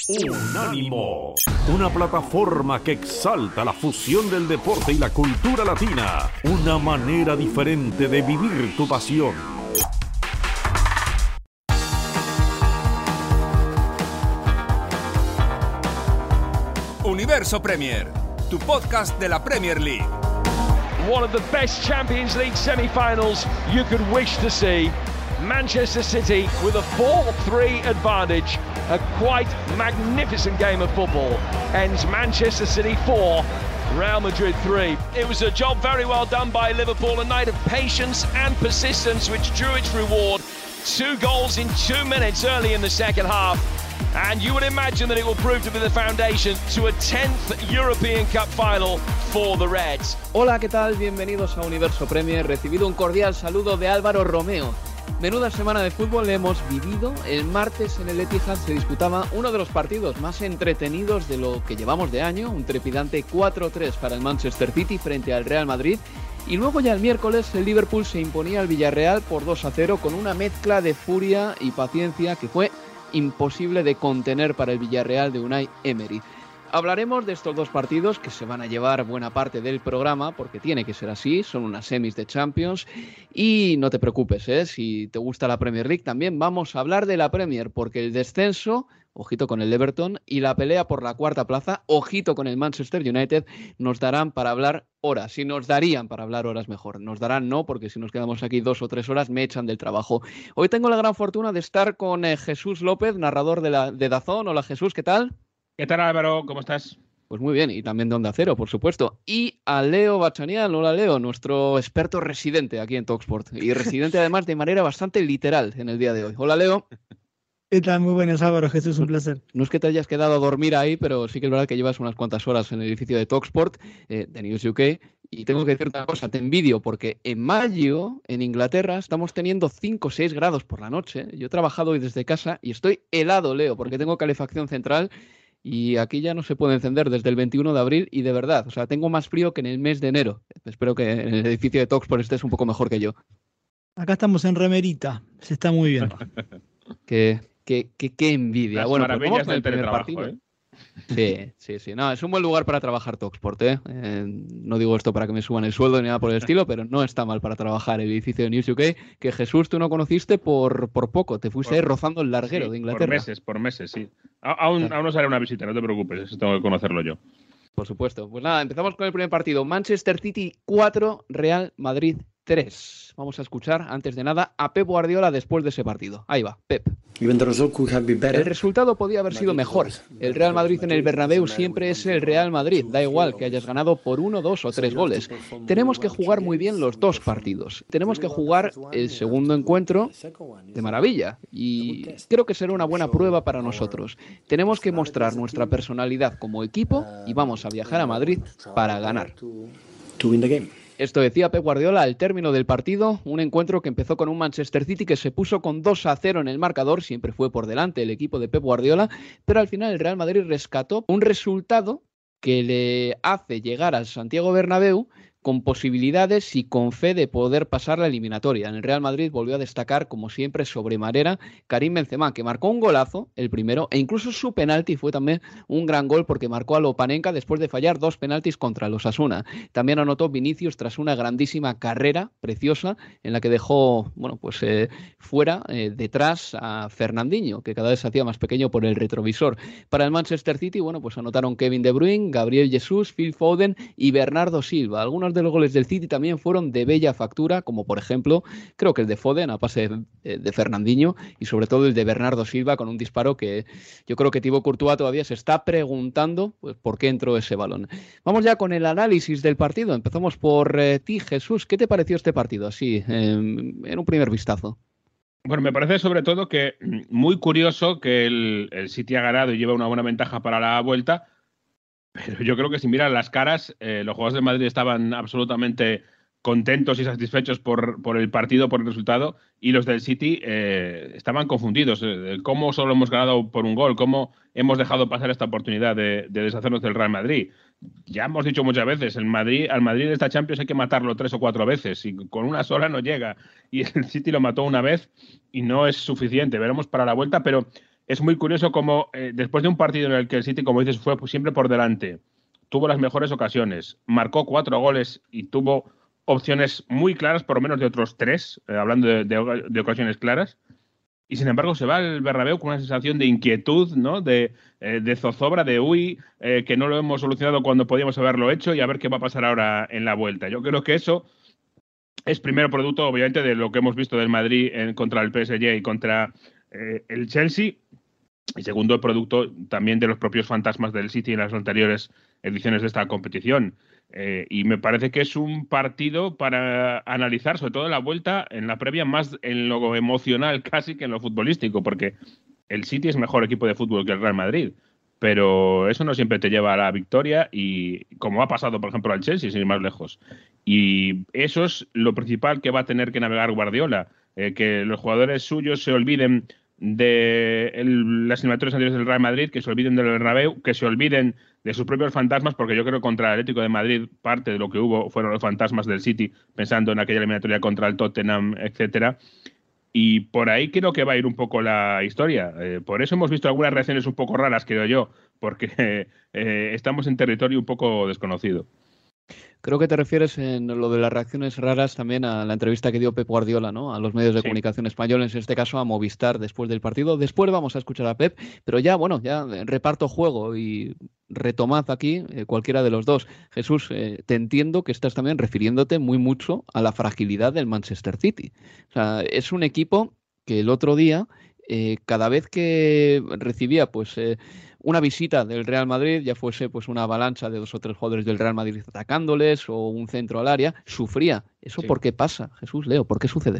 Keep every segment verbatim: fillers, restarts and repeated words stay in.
Unánimo, una plataforma que exalta la fusión del deporte y la cultura latina, una manera diferente de vivir tu pasión. Universo Premier, tu podcast de la Premier League. One of the best Champions League semi-finals you could wish to see. Manchester City with a four three advantage. A quite magnificent game of football. Ends Manchester City four, Real Madrid three. It was a job very well done by Liverpool, a night of patience and persistence which drew its reward. Two goals in two minutes early in the second half. And you would imagine that it will prove to be the foundation to a tenth European Cup final for the Reds. Hola, ¿qué tal? Bienvenidos a Universo Premier. Recibido un cordial saludo de Álvaro Romeo. Menuda semana de fútbol hemos vivido. El martes en el Etihad se disputaba uno de los partidos más entretenidos de lo que llevamos de año, un trepidante cuatro tres para el Manchester City frente al Real Madrid. Y luego ya el miércoles el Liverpool se imponía al Villarreal por dos a cero con una mezcla de furia y paciencia que fue imposible de contener para el Villarreal de Unai Emery. Hablaremos de estos dos partidos que se van a llevar buena parte del programa, porque tiene que ser así, son unas semis de Champions. Y no te preocupes, ¿eh? Si te gusta la Premier League, también vamos a hablar de la Premier, porque el descenso, ojito con el Everton, y la pelea por la cuarta plaza, ojito con el Manchester United, nos darán para hablar horas, y nos darían para hablar horas mejor. Nos darán no, porque si nos quedamos aquí dos o tres horas me echan del trabajo. Hoy tengo la gran fortuna de estar con eh, Jesús López, narrador de, la, de DAZN. Hola Jesús, ¿qué tal? ¿Qué tal, Álvaro? ¿Cómo estás? Pues muy bien, y también de Onda Cero, por supuesto. Y a Leo Bachanian. Hola Leo, nuestro experto residente aquí en Talksport. Y residente además de manera bastante literal en el día de hoy. Hola Leo. ¿Qué tal? Muy buenas, Álvaro. Jesús, un placer. No es que te hayas quedado a dormir ahí, pero sí que es verdad que llevas unas cuantas horas en el edificio de Talksport, eh, de News U K. Y tengo que decirte una cosa, te envidio, porque en mayo, en Inglaterra, estamos teniendo cinco o seis grados por la noche. Yo he trabajado hoy desde casa y estoy helado, Leo, porque tengo calefacción central. Y aquí ya no se puede encender desde el veintiuno de abril y de verdad, o sea, tengo más frío que en el mes de enero. Espero que en el edificio de Talksport estés un poco mejor que yo. Acá estamos en remerita, se está muy bien. Qué, qué, qué, qué envidia. Las bueno, maravillas pues vamos con del el primer teletrabajo, partido. ¿eh? Sí, sí, sí. No, es un buen lugar para trabajar Talksport, ¿eh? Eh, no digo esto para que me suban el sueldo ni nada por el estilo, pero no está mal para trabajar el edificio de News U K, que Jesús tú no conociste por, por poco, te fuiste Por- rozando el larguero Sí, de Inglaterra. Por meses, por meses, sí. A- aún, aún nos haré una visita, no te preocupes, eso tengo que conocerlo yo. Por supuesto. Pues nada, empezamos con el primer partido. Manchester City cuatro, Real Madrid tres. Vamos a escuchar, antes de nada, a Pep Guardiola después de ese partido. Ahí va, Pep. Even the result could have been better. El resultado podía haber sido mejor. El Real Madrid en el Bernabéu siempre es el Real Madrid. Da igual que hayas ganado por uno, dos o tres goles. Tenemos que jugar muy bien los dos partidos. Tenemos que jugar el segundo encuentro de maravilla. Y creo que será una buena prueba para nosotros. Tenemos que mostrar nuestra personalidad como equipo y vamos a viajar a Madrid para ganar. To win the game. Esto decía Pep Guardiola al término del partido, un encuentro que empezó con un Manchester City que se puso con dos a cero en el marcador, siempre fue por delante el equipo de Pep Guardiola, pero al final el Real Madrid rescató un resultado que le hace llegar al Santiago Bernabéu con posibilidades y con fe de poder pasar la eliminatoria. En el Real Madrid volvió a destacar, como siempre, sobremanera Karim Benzema, que marcó un golazo, el primero, e incluso su penalti fue también un gran gol porque marcó a Lopanenka después de fallar dos penaltis contra los Osasuna. También anotó Vinicius tras una grandísima carrera preciosa en la que dejó, bueno, pues eh, fuera, eh, detrás a Fernandinho, que cada vez se hacía más pequeño por el retrovisor. Para el Manchester City, bueno, pues anotaron Kevin De Bruyne, Gabriel Jesús, Phil Foden y Bernardo Silva. Algunos de los goles del City también fueron de bella factura, como por ejemplo, creo que el de Foden a pase de, de Fernandinho y sobre todo el de Bernardo Silva con un disparo que yo creo que Thibaut Courtois todavía se está preguntando pues, por qué entró ese balón. Vamos ya con el análisis del partido. Empezamos por eh, ti, Jesús. ¿Qué te pareció este partido así, eh, en un primer vistazo? Bueno, me parece sobre todo que muy curioso que el, el City ha ganado y lleva una buena ventaja para la vuelta. Pero yo creo que si miran las caras, eh, los jugadores de Madrid estaban absolutamente contentos y satisfechos por, por el partido, por el resultado, y los del City eh, estaban confundidos. Eh, ¿Cómo solo hemos ganado por un gol? ¿Cómo hemos dejado pasar esta oportunidad de, de deshacernos del Real Madrid? Ya hemos dicho muchas veces, el Madrid, al Madrid de esta Champions hay que matarlo tres o cuatro veces, y con una sola no llega. Y el City lo mató una vez y no es suficiente. Veremos para la vuelta, pero es muy curioso como eh, después de un partido en el que el City, como dices, fue siempre por delante, tuvo las mejores ocasiones, marcó cuatro goles y tuvo opciones muy claras, por lo menos de otros tres, eh, hablando de, de, de ocasiones claras, y sin embargo se va al Bernabéu con una sensación de inquietud, ¿no? de, eh, de zozobra, de uy, eh, que no lo hemos solucionado cuando podíamos haberlo hecho y a ver qué va a pasar ahora en la vuelta. Yo creo que eso es primero producto, obviamente, de lo que hemos visto del Madrid en, contra el P S G y contra eh, el Chelsea, y segundo, el producto también de los propios fantasmas del City en las anteriores ediciones de esta competición. Eh, y me parece que es un partido para analizar, sobre todo en la vuelta, en la previa, más en lo emocional casi que en lo futbolístico, porque el City es mejor equipo de fútbol que el Real Madrid, pero eso no siempre te lleva a la victoria, y como ha pasado, por ejemplo, al Chelsea, sin ir más lejos. Y eso es lo principal que va a tener que navegar Guardiola, eh, que los jugadores suyos se olviden de el, las eliminatorias anteriores del Real Madrid, que se olviden del Bernabéu, que se olviden de sus propios fantasmas, porque yo creo que contra el Atlético de Madrid parte de lo que hubo fueron los fantasmas del City, pensando en aquella eliminatoria contra el Tottenham, etcétera. Y por ahí creo que va a ir un poco la historia. Eh, por eso hemos visto algunas reacciones un poco raras, creo yo, porque eh, estamos en territorio un poco desconocido. Creo que te refieres en lo de las reacciones raras también a la entrevista que dio Pep Guardiola, ¿no? A los medios de sí. comunicación españoles, en este caso a Movistar, después del partido. Después vamos a escuchar a Pep, pero ya, bueno, ya reparto juego y retomad aquí eh, cualquiera de los dos. Jesús, eh, te entiendo que estás también refiriéndote muy mucho a la fragilidad del Manchester City. O sea, es un equipo que el otro día, eh, cada vez que recibía, pues... Eh, una visita del Real Madrid, ya fuese pues una avalancha de dos o tres jugadores del Real Madrid atacándoles o un centro al área, sufría. ¿Eso sí. por qué pasa, Jesús, Leo? ¿Por qué sucede?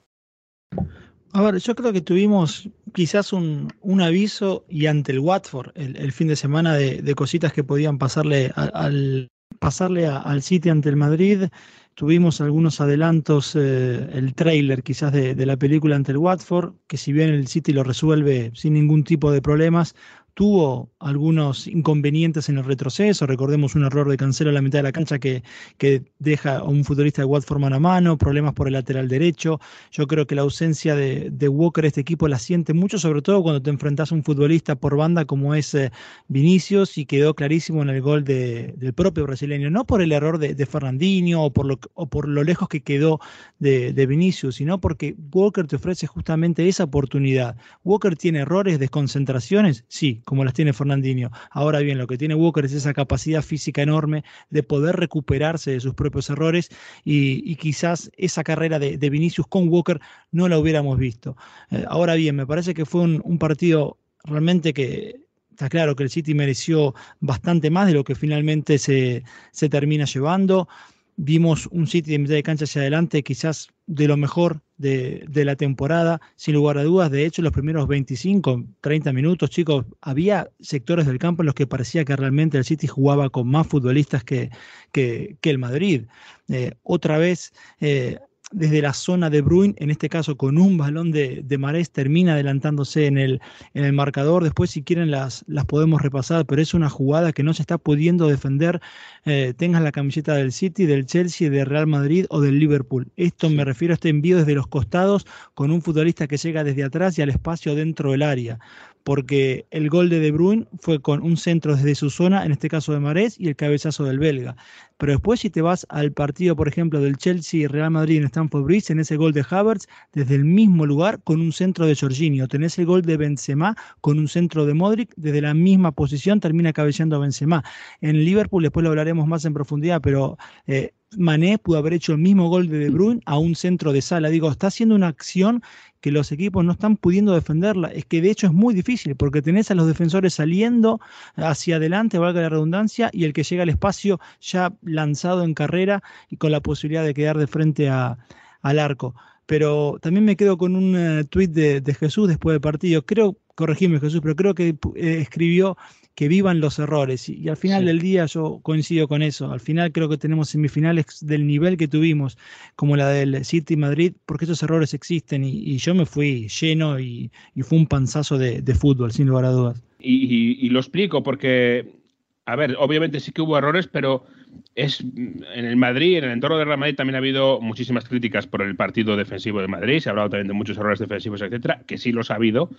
A ver, yo creo que tuvimos quizás un, un aviso y ante el Watford el, el fin de semana de, de cositas que podían pasarle a, al pasarle a, al City ante el Madrid. Tuvimos algunos adelantos, eh, el tráiler quizás de, de la película ante el Watford, que si bien el City lo resuelve sin ningún tipo de problemas, tuvo algunos inconvenientes en el retroceso. Recordemos un error de Cancelo a la mitad de la cancha que, que deja a un futbolista de Watford mano a mano, problemas por el lateral derecho. Yo creo que la ausencia de, de Walker, este equipo la siente mucho, sobre todo cuando te enfrentás a un futbolista por banda como es eh, Vinicius, y quedó clarísimo en el gol de, del propio brasileño, no por el error de, de Fernandinho o por, lo, o por lo lejos que quedó de, de Vinicius, sino porque Walker te ofrece justamente esa oportunidad. Walker tiene errores, desconcentraciones, sí, como las tiene Fernandinho. Ahora bien, lo que tiene Walker es esa capacidad física enorme de poder recuperarse de sus propios errores, y, y quizás esa carrera de, de Vinicius con Walker no la hubiéramos visto. Eh, ahora bien, me parece que fue un, un partido realmente que está claro que el City mereció bastante más de lo que finalmente se, se termina llevando. Vimos un City de mitad de cancha hacia adelante, quizás de lo mejor de, de la temporada, sin lugar a dudas. De hecho, los primeros veinticinco, treinta minutos, chicos, había sectores del campo en los que parecía que realmente el City jugaba con más futbolistas que, que, que el Madrid. Eh, otra vez... Eh, desde la zona de Bruin, en este caso con un balón de, de Mahrez, termina adelantándose en el, en el marcador. Después, si quieren, las, las podemos repasar, pero es una jugada que no se está pudiendo defender, eh, tengas la camiseta del City, del Chelsea, del Real Madrid o del Liverpool. Esto me refiero a este envío desde los costados con un futbolista que llega desde atrás y al espacio dentro del área, porque el gol de De Bruyne fue con un centro desde su zona, en este caso de Mahrez, y el cabezazo del belga. Pero después, si te vas al partido, por ejemplo, del Chelsea y Real Madrid en Stamford Bridge, en ese gol de Havertz, desde el mismo lugar con un centro de Jorginho. Tenés el gol de Benzema con un centro de Modric, desde la misma posición termina cabeceando a Benzema. En Liverpool, después lo hablaremos más en profundidad, pero eh, Mané pudo haber hecho el mismo gol de De Bruyne a un centro de Salah. Digo, está haciendo una acción que los equipos no están pudiendo defenderla. Es que de hecho es muy difícil, porque tenés a los defensores saliendo hacia adelante, valga la redundancia, y el que llega al espacio ya lanzado en carrera y con la posibilidad de quedar de frente a, al arco. Pero también me quedo con un uh, tuit de, de Jesús después del partido. Creo, corregime Jesús, pero creo que eh, escribió que vivan los errores, y, y al final sí. del día yo coincido con eso. Al final creo que tenemos semifinales del nivel que tuvimos, como la del City Madrid, porque esos errores existen, y, y yo me fui lleno y, y fue un panzazo de, de fútbol, sin lugar a dudas. Y, y, y lo explico porque, a ver, obviamente sí que hubo errores, pero es en el Madrid, en el entorno del Real Madrid, también ha habido muchísimas críticas por el partido defensivo de Madrid. Se ha hablado también de muchos errores defensivos, etcétera, que sí los ha habido.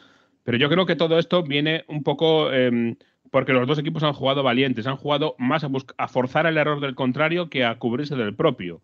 Pero yo creo que todo esto viene un poco eh, porque los dos equipos han jugado valientes, han jugado más a, a forzar el error del contrario que a cubrirse del propio.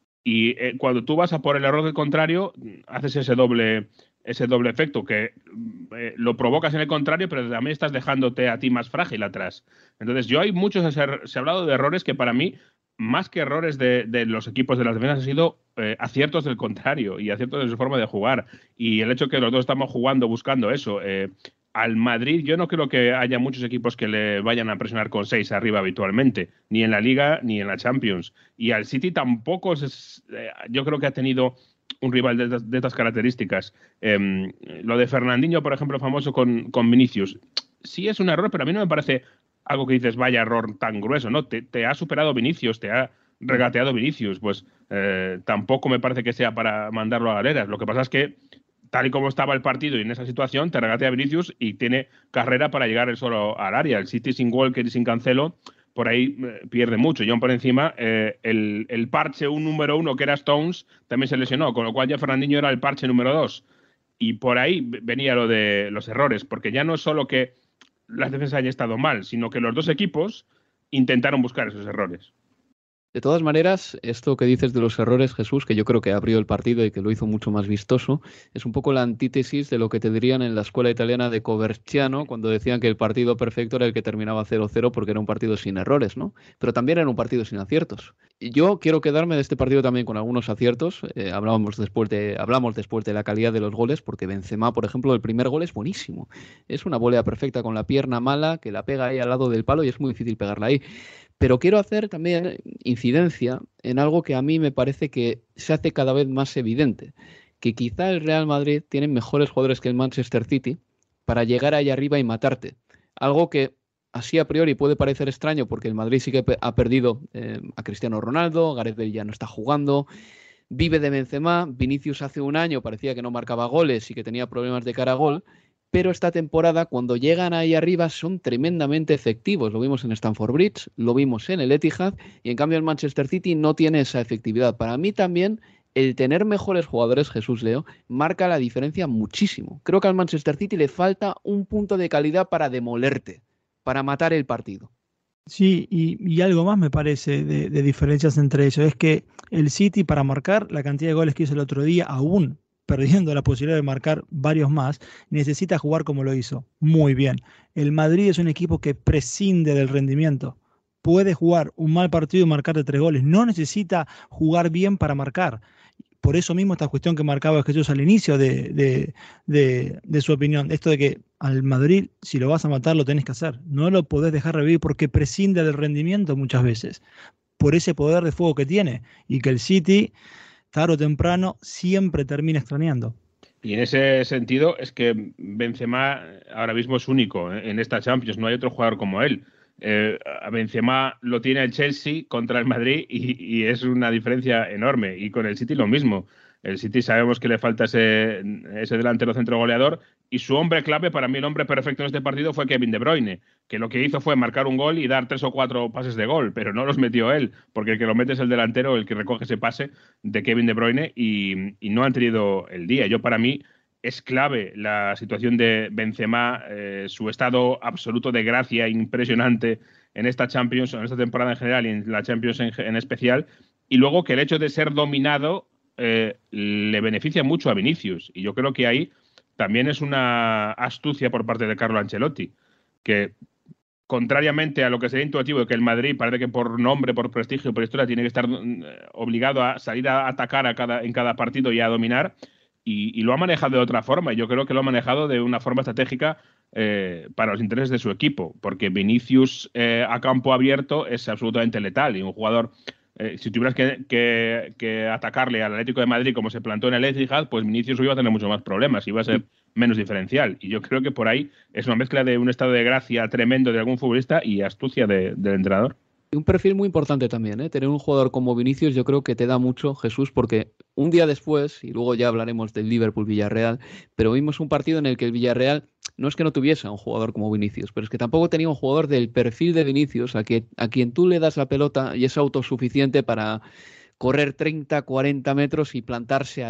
Y eh, cuando tú vas a por el error del contrario, haces ese doble, ese doble efecto, que eh, lo provocas en el contrario, pero también estás dejándote a ti más frágil atrás. Entonces, yo hay muchos, se ha hablado de errores que para mí, más que errores de, de los equipos de las defensas, han sido eh, aciertos del contrario y aciertos de su forma de jugar. Y el hecho que los dos estamos jugando, buscando eso. Eh, al Madrid, yo no creo que haya muchos equipos que le vayan a presionar con seis arriba habitualmente, ni en la Liga ni en la Champions. Y al City tampoco, es, eh, yo creo que ha tenido un rival de, de estas características. Eh, lo de Fernandinho, por ejemplo, famoso con, con Vinicius, sí es un error, pero a mí no me parece algo que dices, vaya error tan grueso, ¿no? Te, te ha superado Vinicius, te ha regateado Vinicius, pues eh, tampoco me parece que sea para mandarlo a galeras. Lo que pasa es que, tal y como estaba el partido y en esa situación, te regatea Vinicius y tiene carrera para llegar él solo al área. El City sin Walker y sin Cancelo, por ahí eh, pierde mucho. Y aún por encima, eh, el, el parche un número uno, que era Stones, también se lesionó, con lo cual ya Fernandinho era el parche número dos. Y por ahí venía lo de los errores, porque ya no es solo que las defensas hayan estado mal, sino que los dos equipos intentaron buscar esos errores. De todas maneras, esto que dices de los errores, Jesús, que yo creo que abrió el partido y que lo hizo mucho más vistoso, es un poco la antítesis de lo que te dirían en la escuela italiana de Coverciano, cuando decían que el partido perfecto era el que terminaba cero cero porque era un partido sin errores, ¿no? Pero también era un partido sin aciertos. Y yo quiero quedarme de este partido también con algunos aciertos. Eh, hablábamos después de, hablamos después de la calidad de los goles, porque Benzema, por ejemplo, el primer gol es buenísimo. Es una volea perfecta con la pierna mala, que la pega ahí al lado del palo y es muy difícil pegarla ahí. Pero quiero hacer también incidencia en algo que a mí me parece que se hace cada vez más evidente, que quizá el Real Madrid tiene mejores jugadores que el Manchester City para llegar ahí arriba y matarte. Algo que así a priori puede parecer extraño porque el Madrid sí que ha perdido eh, a Cristiano Ronaldo, Gareth Bale ya no está jugando, vive de Benzema, Vinicius hace un año parecía que no marcaba goles y que tenía problemas de cara a gol, pero esta temporada, cuando llegan ahí arriba, son tremendamente efectivos. Lo vimos en Stamford Bridge, lo vimos en el Etihad, y en cambio el Manchester City no tiene esa efectividad. Para mí también, el tener mejores jugadores, Jesús Leo, marca la diferencia muchísimo. Creo que al Manchester City le falta un punto de calidad para demolerte, para matar el partido. Sí, y, y algo más me parece de, de diferencias entre ellos, es que el City, para marcar la cantidad de goles que hizo el otro día, aún perdiendo la posibilidad de marcar varios más, necesita jugar como lo hizo, muy bien. El Madrid es un equipo que prescinde del rendimiento. Puede jugar un mal partido y marcar de tres goles. No necesita jugar bien para marcar. Por eso mismo esta cuestión que marcaba Jesús al inicio de, de, de, de su opinión, esto de que al Madrid, si lo vas a matar, lo tenés que hacer. No lo podés dejar revivir porque prescinde del rendimiento muchas veces, por ese poder de fuego que tiene. Y que el City, tarde o temprano, siempre termina extrañando. Y en ese sentido es que Benzema ahora mismo es único en esta Champions, no hay otro jugador como él. Eh, a Benzema lo tiene el Chelsea contra el Madrid y, y es una diferencia enorme. Y con el City lo mismo. El City sabemos que le falta ese, ese delantero centro goleador y su hombre clave, para mí el hombre perfecto en este partido fue Kevin De Bruyne, que lo que hizo fue marcar un gol y dar tres o cuatro pases de gol, pero no los metió él, porque el que lo mete es el delantero, el que recoge ese pase de Kevin De Bruyne y, y no han tenido el día. Yo, para mí, es clave la situación de Benzema, eh, su estado absoluto de gracia impresionante en esta Champions, en esta temporada en general y en la Champions en, en especial, y luego que el hecho de ser dominado eh, le beneficia mucho a Vinicius, y yo creo que ahí también es una astucia por parte de Carlo Ancelotti, que contrariamente a lo que sería intuitivo de que el Madrid parece que por nombre, por prestigio, por historia tiene que estar obligado a salir a atacar a cada, en cada partido y a dominar, y, y lo ha manejado de otra forma, y yo creo que lo ha manejado de una forma estratégica eh, para los intereses de su equipo, porque Vinicius eh, a campo abierto es absolutamente letal, y un jugador, eh, si tuvieras que, que, que atacarle al Atlético de Madrid como se plantó en el Etihad, pues Vinicius iba a tener mucho más problemas, iba a ser menos diferencial, y yo creo que por ahí es una mezcla de un estado de gracia tremendo de algún futbolista y astucia de, del entrenador. Un perfil muy importante también, ¿eh? Tener un jugador como Vinicius yo creo que te da mucho, Jesús, porque un día después, y luego ya hablaremos del Liverpool-Villarreal, pero vimos un partido en el que el Villarreal no es que no tuviese a un jugador como Vinicius, pero es que tampoco tenía un jugador del perfil de Vinicius a, que, a quien tú le das la pelota y es autosuficiente para correr treinta, cuarenta metros y plantarse ahí,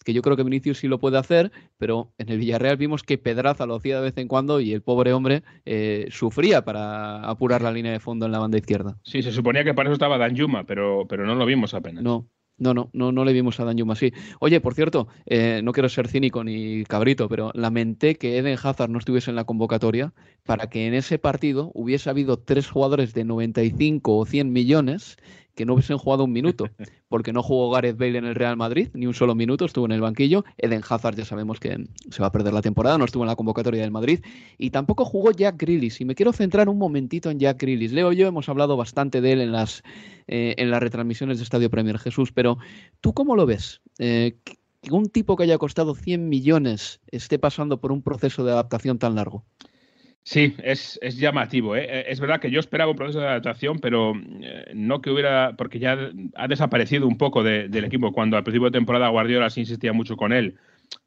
que yo creo que Vinicius sí lo puede hacer, pero en el Villarreal vimos que Pedraza lo hacía de vez en cuando y el pobre hombre eh, sufría para apurar la línea de fondo en la banda izquierda. Sí, se suponía que para eso estaba Danjuma, pero, pero no lo vimos apenas. No. No, no, no, no le vimos a Danjuma así. Oye, por cierto, eh, no quiero ser cínico ni cabrito, pero lamenté que Eden Hazard no estuviese en la convocatoria para que en ese partido hubiese habido tres jugadores de noventa y cinco o cien millones que no hubiesen jugado un minuto, porque no jugó Gareth Bale en el Real Madrid, ni un solo minuto, estuvo en el banquillo. Eden Hazard ya sabemos que se va a perder la temporada, no estuvo en la convocatoria del Madrid, y tampoco jugó Jack Grealish, y me quiero centrar un momentito en Jack Grealish. Leo y yo hemos hablado bastante de él en las, eh, en las retransmisiones de Estadio Premier, Jesús, pero ¿tú cómo lo ves? Eh, que un tipo que haya costado cien millones esté pasando por un proceso de adaptación tan largo. Sí, es, es llamativo, ¿eh? Es verdad que yo esperaba un proceso de adaptación, pero eh, no que hubiera, porque ya ha desaparecido un poco de, del equipo. Cuando al principio de temporada Guardiola sí insistía mucho con él.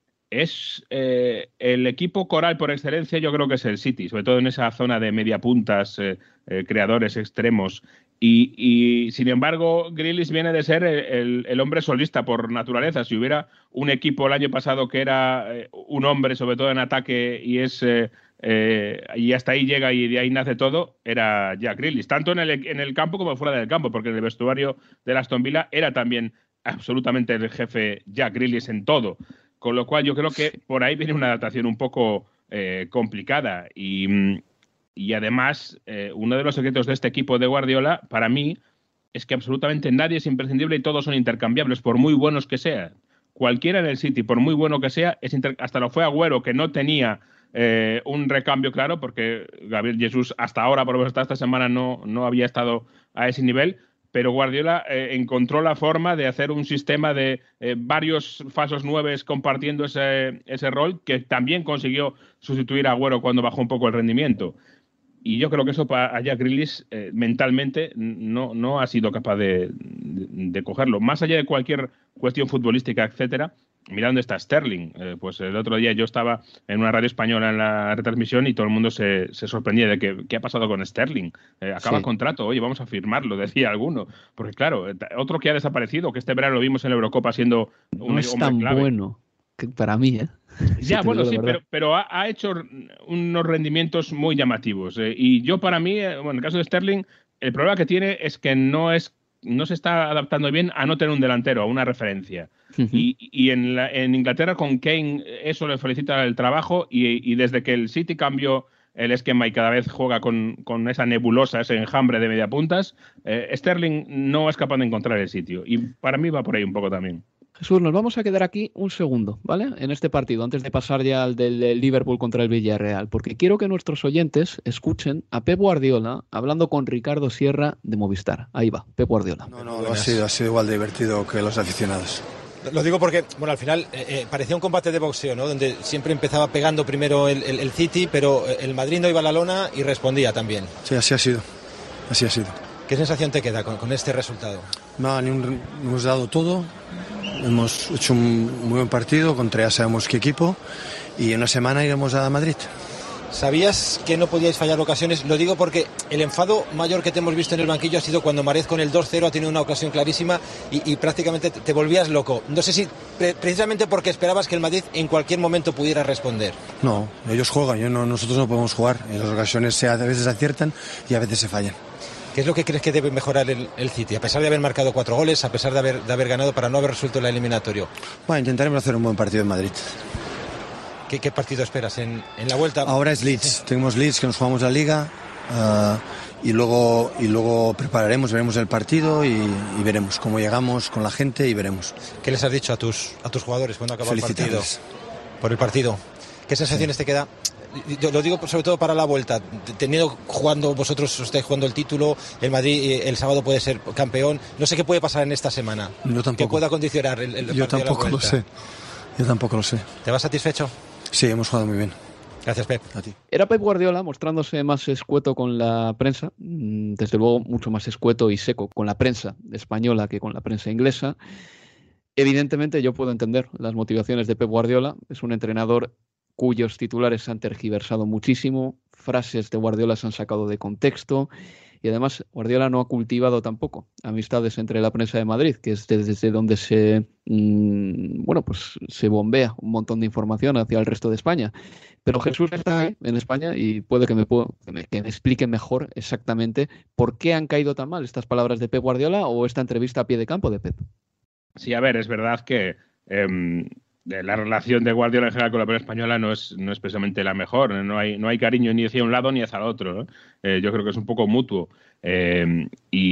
Es eh, el equipo coral por excelencia, yo creo que es el City, sobre todo en esa zona de mediapuntas, eh, eh, creadores extremos. Y, y sin embargo, Grealish viene de ser el, el hombre solista por naturaleza. Si hubiera un equipo el año pasado que era eh, un hombre, sobre todo en ataque, y es eh, eh, y hasta ahí llega y de ahí nace todo, era Jack Grealish, tanto en el, en el campo como fuera del campo, porque en el vestuario de Aston Villa era también absolutamente el jefe Jack Grealish en todo. Con lo cual yo creo que por ahí viene una adaptación un poco eh, complicada. Y, y además, eh, uno de los secretos de este equipo de Guardiola, para mí, es que absolutamente nadie es imprescindible y todos son intercambiables, por muy buenos que sean. Cualquiera en el City, por muy bueno que sea, es inter... hasta lo fue Agüero, que no tenía eh, un recambio claro, porque Gabriel Jesús hasta ahora, por lo menos hasta esta semana, no, no había estado a ese nivel. Pero Guardiola eh, encontró la forma de hacer un sistema de eh, varios falsos nueves compartiendo ese, ese rol, que también consiguió sustituir a Agüero cuando bajó un poco el rendimiento. Y yo creo que eso para Jack Grealish eh, mentalmente no, no ha sido capaz de, de, de cogerlo. Más allá de cualquier cuestión futbolística, etcétera, mira dónde está Sterling. Eh, pues el otro día yo estaba en una radio española en la retransmisión y todo el mundo se, se sorprendía de que qué ha pasado con Sterling. Eh, acaba sí. contrato, oye, vamos a firmarlo, decía alguno. Porque claro, otro que ha desaparecido, que este verano lo vimos en la Eurocopa siendo un no es tan clave. Bueno que para mí, ¿eh? Ya, bueno, sí, pero, pero ha, ha hecho unos rendimientos muy llamativos. Eh, y yo para mí, eh, bueno, en el caso de Sterling, el problema que tiene es que no es no se está adaptando bien a no tener un delantero, a una referencia. Uh-huh. Y, y en, la, en Inglaterra con Kane eso le felicita el trabajo y, y desde que el City cambió el esquema y cada vez juega con, con esa nebulosa, ese enjambre de mediapuntas, eh, Sterling no es capaz de encontrar el sitio. Y para mí va por ahí un poco también. Jesús, nos vamos a quedar aquí un segundo, ¿vale? En este partido, antes de pasar ya al del Liverpool contra el Villarreal, porque quiero que nuestros oyentes escuchen a Pep Guardiola hablando con Ricardo Sierra de Movistar. Ahí va, Pep Guardiola. No, no, ha sido, ha sido igual de divertido que los aficionados. Lo digo porque, bueno, al final eh, eh, parecía un combate de boxeo, ¿no? Donde siempre empezaba pegando primero el, el, el City, pero el Madrid no iba a la lona y respondía también. Sí, así ha sido, así ha sido. ¿Qué sensación te queda con, con este resultado? No, ni un, hemos dado todo. Hemos hecho un muy buen partido contra ya sabemos qué equipo y en una semana iremos a Madrid. ¿Sabías que no podíais fallar ocasiones? Lo digo porque el enfado mayor que te hemos visto en el banquillo ha sido cuando Mahrez con el dos cero ha tenido una ocasión clarísima y, y prácticamente te volvías loco. No sé si pre- precisamente porque esperabas que el Madrid en cualquier momento pudiera responder. No, ellos juegan, yo no, nosotros no podemos jugar. En las ocasiones se, a veces aciertan y a veces se fallan. ¿Qué es lo que crees que debe mejorar el, el City? A pesar de haber marcado cuatro goles, a pesar de haber, de haber ganado para no haber resuelto el eliminatorio. Bueno, intentaremos hacer un buen partido en Madrid. ¿Qué, qué partido esperas en, en la vuelta? Ahora es Leeds. Sí. Tenemos Leeds que nos jugamos la Liga uh, y, luego, y luego prepararemos, veremos el partido y, y veremos cómo llegamos con la gente y veremos. ¿Qué les has dicho a tus, a tus jugadores cuando acaba el partido? Por el partido. ¿Qué sensaciones sí. te queda? Yo lo digo sobre todo para la vuelta, teniendo jugando vosotros, estáis jugando el título, el Madrid el sábado puede ser campeón, no sé qué puede pasar en esta semana. Yo tampoco. Que pueda condicionar el, el Yo tampoco de la lo sé. Yo tampoco lo sé. ¿Te vas satisfecho? Sí, hemos jugado muy bien. Gracias, Pep. A ti. Era Pep Guardiola mostrándose más escueto con la prensa, desde luego mucho más escueto y seco con la prensa española que con la prensa inglesa. Evidentemente yo puedo entender las motivaciones de Pep Guardiola, es un entrenador cuyos titulares se han tergiversado muchísimo, frases de Guardiola se han sacado de contexto Y además Guardiola no ha cultivado tampoco amistades entre la prensa de Madrid, que es desde donde se mmm, bueno, pues se bombea un montón de información hacia el resto de España. Pero Jesús está ahí en España y puede que me, puedo, que me, que me explique mejor exactamente por qué han caído tan mal estas palabras de Pep Guardiola o esta entrevista a pie de campo de Pep. Sí, a ver, es verdad que eh, la relación de Guardiola en general con la prensa española no es, no es precisamente la mejor. No hay, no hay cariño ni hacia un lado ni hacia el otro, ¿no? Eh, yo creo que es un poco mutuo. Eh,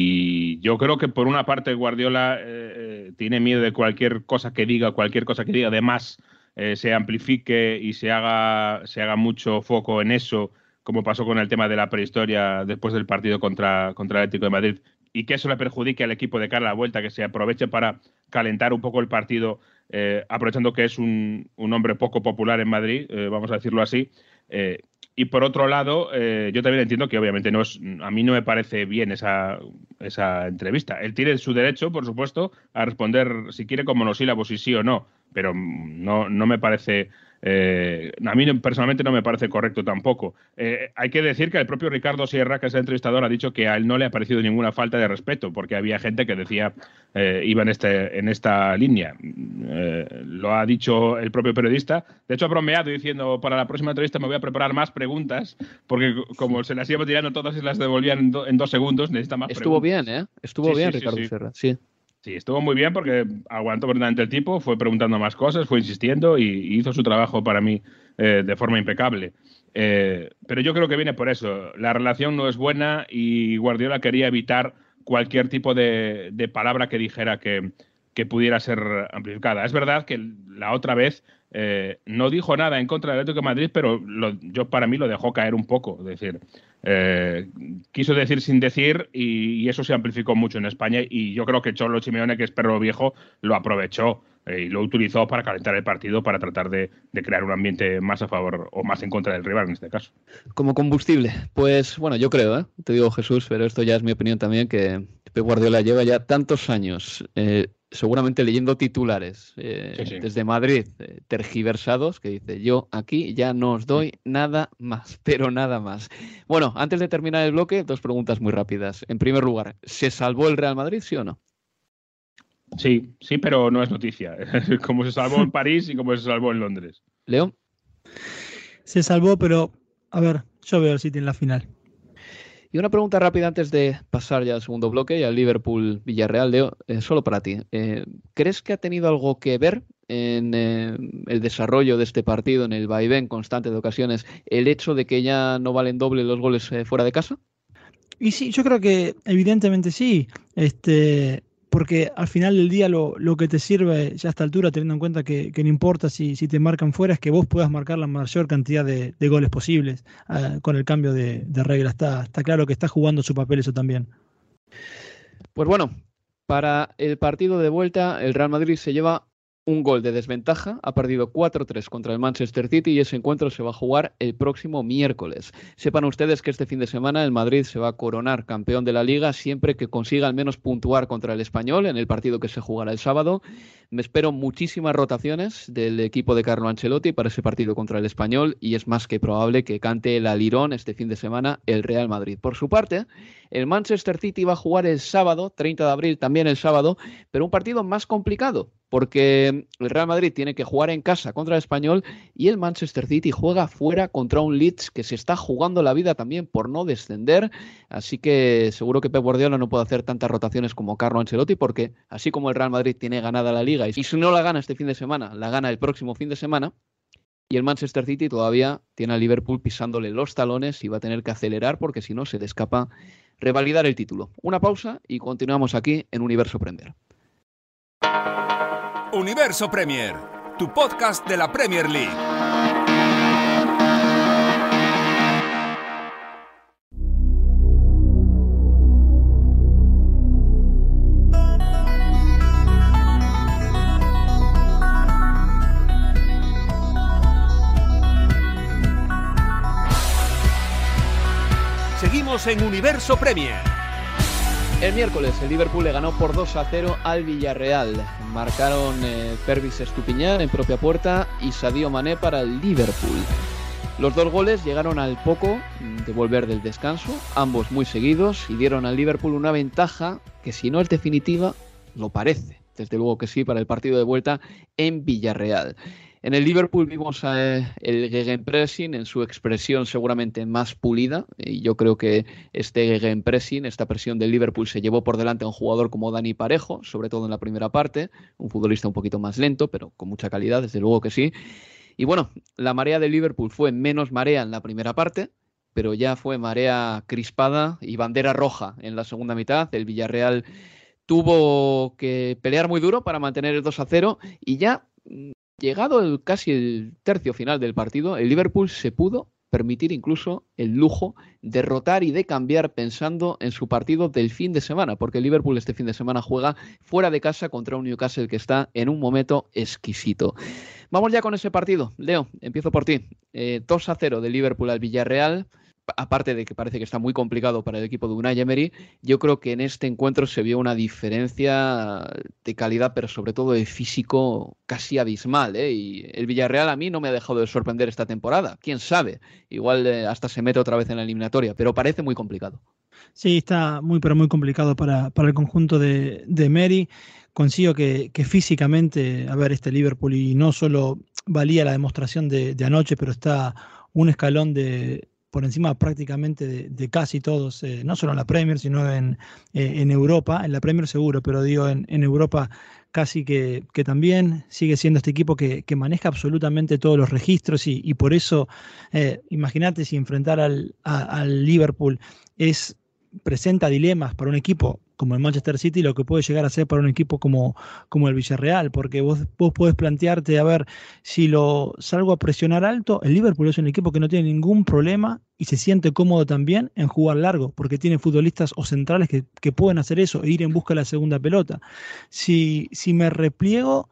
y yo creo que por una parte Guardiola eh, tiene miedo de cualquier cosa que diga, cualquier cosa que diga, además eh, se amplifique y se haga, se haga mucho foco en eso, como pasó con el tema de la prehistoria después del partido contra, contra el Atlético de Madrid, y que eso le perjudique al equipo de cara a la vuelta, que se aproveche para calentar un poco el partido, eh, aprovechando que es un, un hombre poco popular en Madrid, eh, vamos a decirlo así. Eh, y por otro lado, eh, yo también entiendo que obviamente no es, a mí no me parece bien esa, esa entrevista. Él tiene su derecho, por supuesto, a responder si quiere con monosílabos, si sí o no, pero no, no me parece... Eh, a mí personalmente no me parece correcto tampoco. Eh, hay que decir que el propio Ricardo Sierra, que es el entrevistador, ha dicho que a él no le ha parecido ninguna falta de respeto, porque había gente que decía eh, iba en, este, en esta línea. Eh, lo ha dicho el propio periodista. De hecho, ha bromeado diciendo, para la próxima entrevista me voy a preparar más preguntas, porque como se las iba tirando todas y las devolvían en, do, en dos segundos, necesita más Estuvo preguntas. bien, ¿eh? Estuvo sí, bien, sí, Ricardo sí, sí. Sierra, sí. Sí, estuvo muy bien porque aguantó bastante el tipo, fue preguntando más cosas, fue insistiendo y, y hizo su trabajo para mí eh, de forma impecable. Eh, pero yo creo que viene por eso. La relación no es buena y Guardiola quería evitar cualquier tipo de, de palabra que dijera que, que pudiera ser amplificada. Es verdad que la otra vez eh, no dijo nada en contra del Atlético de Madrid, pero lo, yo para mí lo dejó caer un poco. Es decir, eh, quiso decir sin decir y, y eso se amplificó mucho en España y yo creo que Cholo Simeone, que es perro viejo, lo aprovechó eh, y lo utilizó para calentar el partido, para tratar de, de crear un ambiente más a favor o más en contra del rival en este caso. Como combustible, pues bueno, yo creo, ¿eh? Te digo Jesús, pero esto ya es mi opinión también, que Pep Guardiola lleva ya tantos años eh, seguramente leyendo titulares eh, sí, sí. desde Madrid, eh, tergiversados, que dice, yo aquí ya no os doy nada más, pero nada más. Bueno, antes de terminar el bloque, dos preguntas muy rápidas. En primer lugar, ¿se salvó el Real Madrid, sí o no? Sí, sí, pero no es noticia. Como se salvó en París y como se salvó en Londres. ¿Leo? Se salvó, pero a ver, yo veo el City en la final. Y una pregunta rápida antes de pasar ya al segundo bloque y al Liverpool-Villarreal, Leo, eh, solo para ti. Eh, ¿Crees que ha tenido algo que ver en eh, el desarrollo de este partido, en el vaivén constante de ocasiones, el hecho de que ya no valen doble los goles eh, fuera de casa? Y sí, yo creo que evidentemente sí, este, porque al final del día lo, lo que te sirve ya a esta altura, teniendo en cuenta que, que no importa si, si te marcan fuera, es que vos puedas marcar la mayor cantidad de, de goles posibles uh, con el cambio de, de regla. Está, está claro que está jugando su papel eso también. Pues bueno, para el partido de vuelta, el Real Madrid se lleva un gol de desventaja, ha perdido cuatro tres contra el Manchester City y ese encuentro se va a jugar el próximo miércoles. Sepan ustedes que este fin de semana el Madrid se va a coronar campeón de la Liga siempre que consiga al menos puntuar contra el Español en el partido que se jugará el sábado. Me espero muchísimas rotaciones del equipo de Carlo Ancelotti para ese partido contra el Español y es más que probable que cante el alirón este fin de semana el Real Madrid. Por su parte, el Manchester City va a jugar el sábado, treinta de abril, también el sábado, pero un partido más complicado, porque el Real Madrid tiene que jugar en casa contra el Español y el Manchester City juega fuera contra un Leeds que se está jugando la vida también por no descender, así que seguro que Pep Guardiola no puede hacer tantas rotaciones como Carlo Ancelotti, porque así como el Real Madrid tiene ganada la Liga y si no la gana este fin de semana, la gana el próximo fin de semana, y el Manchester City todavía tiene a Liverpool pisándole los talones y va a tener que acelerar porque si no se le escapa revalidar el título. Una pausa y continuamos aquí en Universo Premier. Universo Premier, tu podcast de la Premier League. Seguimos en Universo Premier. El miércoles el Liverpool le ganó por dos a cero al Villarreal. Marcaron eh, Pervis Estupiñán en propia puerta y Sadio Mané para el Liverpool. Los dos goles llegaron al poco de volver del descanso, ambos muy seguidos, y dieron al Liverpool una ventaja que, si no es definitiva, lo parece. Desde luego que sí, para el partido de vuelta en Villarreal. En el Liverpool vimos eh, el gegenpressing en su expresión seguramente más pulida, y yo creo que este gegenpressing, esta presión del Liverpool, se llevó por delante a un jugador como Dani Parejo, sobre todo en la primera parte, un futbolista un poquito más lento, pero con mucha calidad, desde luego que sí. Y bueno, la marea del Liverpool fue menos marea en la primera parte, pero ya fue marea crispada y bandera roja en la segunda mitad. El Villarreal tuvo que pelear muy duro para mantener el dos a cero, y ya llegado el, casi el tercio final del partido, el Liverpool se pudo permitir incluso el lujo de rotar y de cambiar pensando en su partido del fin de semana, porque el Liverpool este fin de semana juega fuera de casa contra un Newcastle que está en un momento exquisito. Vamos ya con ese partido. Leo, empiezo por ti. Eh, dos a cero de Liverpool al Villarreal. Aparte de que parece que está muy complicado para el equipo de Unai Emery, yo creo que en este encuentro se vio una diferencia de calidad, pero sobre todo de físico casi abismal, ¿eh? Y el Villarreal a mí no me ha dejado de sorprender esta temporada. ¿Quién sabe? Igual eh, hasta se mete otra vez en la eliminatoria, pero parece muy complicado. Sí, está muy, pero muy complicado para, para el conjunto de, de Emery. Consigo que, que físicamente, a ver, este Liverpool, y no solo valía la demostración de, de anoche, pero está un escalón de... por encima prácticamente de, de casi todos, eh, no solo en la Premier, sino en, eh, en Europa, en la Premier seguro, pero digo, en, en Europa casi que, que también sigue siendo este equipo que, que maneja absolutamente todos los registros, y, y por eso, eh, imagínate si enfrentar al, a, al Liverpool es, presenta dilemas para un equipo como el Manchester City, lo que puede llegar a ser para un equipo como, como el Villarreal, porque vos, vos podés plantearte, a ver, si lo salgo a presionar alto, el Liverpool es un equipo que no tiene ningún problema y se siente cómodo también en jugar largo, porque tiene futbolistas o centrales que, que pueden hacer eso e ir en busca de la segunda pelota. Si, si me repliego,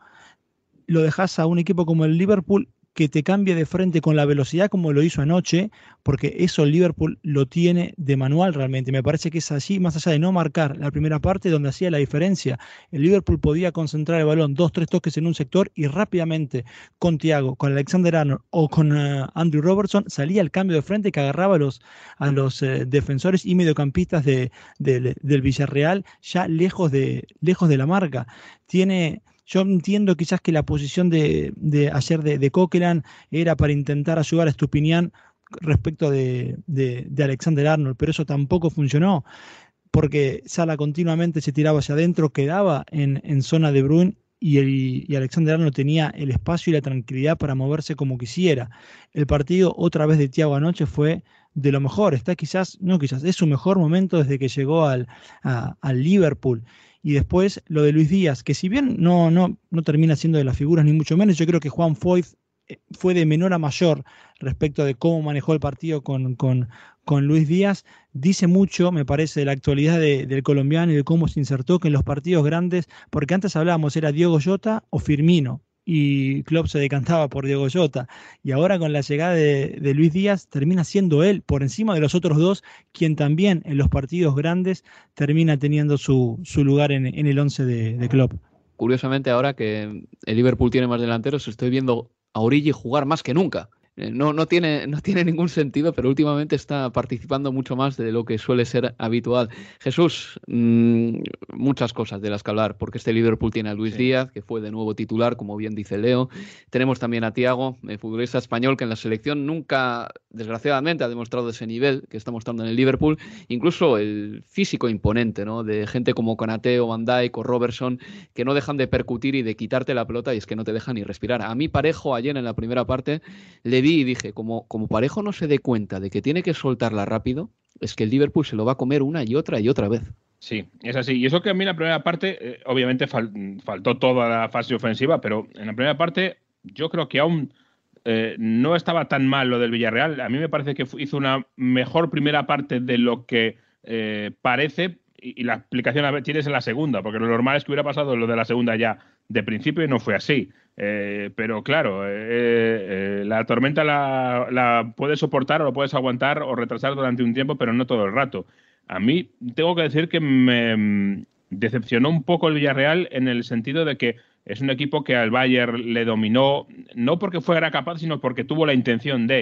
lo dejás a un equipo como el Liverpool que te cambie de frente con la velocidad como lo hizo anoche, porque eso el Liverpool lo tiene de manual realmente. Me parece que es así, más allá de no marcar la primera parte donde hacía la diferencia. El Liverpool podía concentrar el balón, dos, tres toques en un sector, y rápidamente con Thiago, con Alexander-Arnold o con uh, Andrew Robertson salía el cambio de frente que agarraba a los, a los uh, defensores y mediocampistas de, de, del Villarreal ya lejos de, lejos de la marca. Tiene... Yo entiendo quizás que la posición de, de ayer de, de Coquelin era para intentar ayudar a Estupiñán respecto de, de, de Alexander-Arnold, pero eso tampoco funcionó, porque Salah continuamente se tiraba hacia adentro, quedaba en, en zona de Bruyne, y, el, y Alexander-Arnold tenía el espacio y la tranquilidad para moverse como quisiera. El partido otra vez de Thiago anoche fue de lo mejor, está quizás, no quizás, es su mejor momento desde que llegó al, a, al Liverpool. Y después lo de Luis Díaz, que si bien no, no, no termina siendo de las figuras ni mucho menos, yo creo que Juan Foyth fue de menor a mayor respecto de cómo manejó el partido con, con, con Luis Díaz. Dice mucho, me parece, de la actualidad de, del colombiano y de cómo se insertó, que en los partidos grandes, porque antes hablábamos, era Diogo Jota o Firmino, y Klopp se decantaba por Diogo Jota, y ahora con la llegada de, de Luis Díaz termina siendo él, por encima de los otros dos, quien también en los partidos grandes termina teniendo su, su lugar en, en el once de, de Klopp. Curiosamente, ahora que el Liverpool tiene más delanteros, estoy viendo a Origi jugar más que nunca. No, no, tiene, no tiene ningún sentido, pero últimamente está participando mucho más de lo que suele ser habitual. Jesús, mmm, muchas cosas de las que hablar, porque este Liverpool tiene a Luis sí. Díaz, que fue de nuevo titular, como bien dice Leo. Tenemos también a Thiago, el futbolista español, que en la selección nunca, desgraciadamente, ha demostrado ese nivel que está mostrando en el Liverpool. Incluso el físico imponente, ¿no?, de gente como Konaté o Van Dijk o Robertson, que no dejan de percutir y de quitarte la pelota, y es que no te dejan ni respirar. A mí Parejo, ayer en la primera parte, le y dije, como, como Parejo no se dé cuenta de que tiene que soltarla rápido, es que el Liverpool se lo va a comer una y otra y otra vez. Sí, es así. Y eso que a mí en la primera parte, eh, obviamente fal faltó toda la fase ofensiva, pero en la primera parte yo creo que aún eh, no estaba tan mal lo del Villarreal. A mí me parece que hizo una mejor primera parte de lo que eh, parece, y, y la explicación a ver, tienes en la segunda, porque lo normal es que hubiera pasado lo de la segunda ya de principio y no fue así. Eh, pero claro, eh, eh, la tormenta la, la puedes soportar o lo puedes aguantar o retrasar durante un tiempo, pero no todo el rato. A mí tengo que decir que me decepcionó un poco el Villarreal en el sentido de que es un equipo que al Bayern le dominó, no porque fuera capaz, sino porque tuvo la intención de.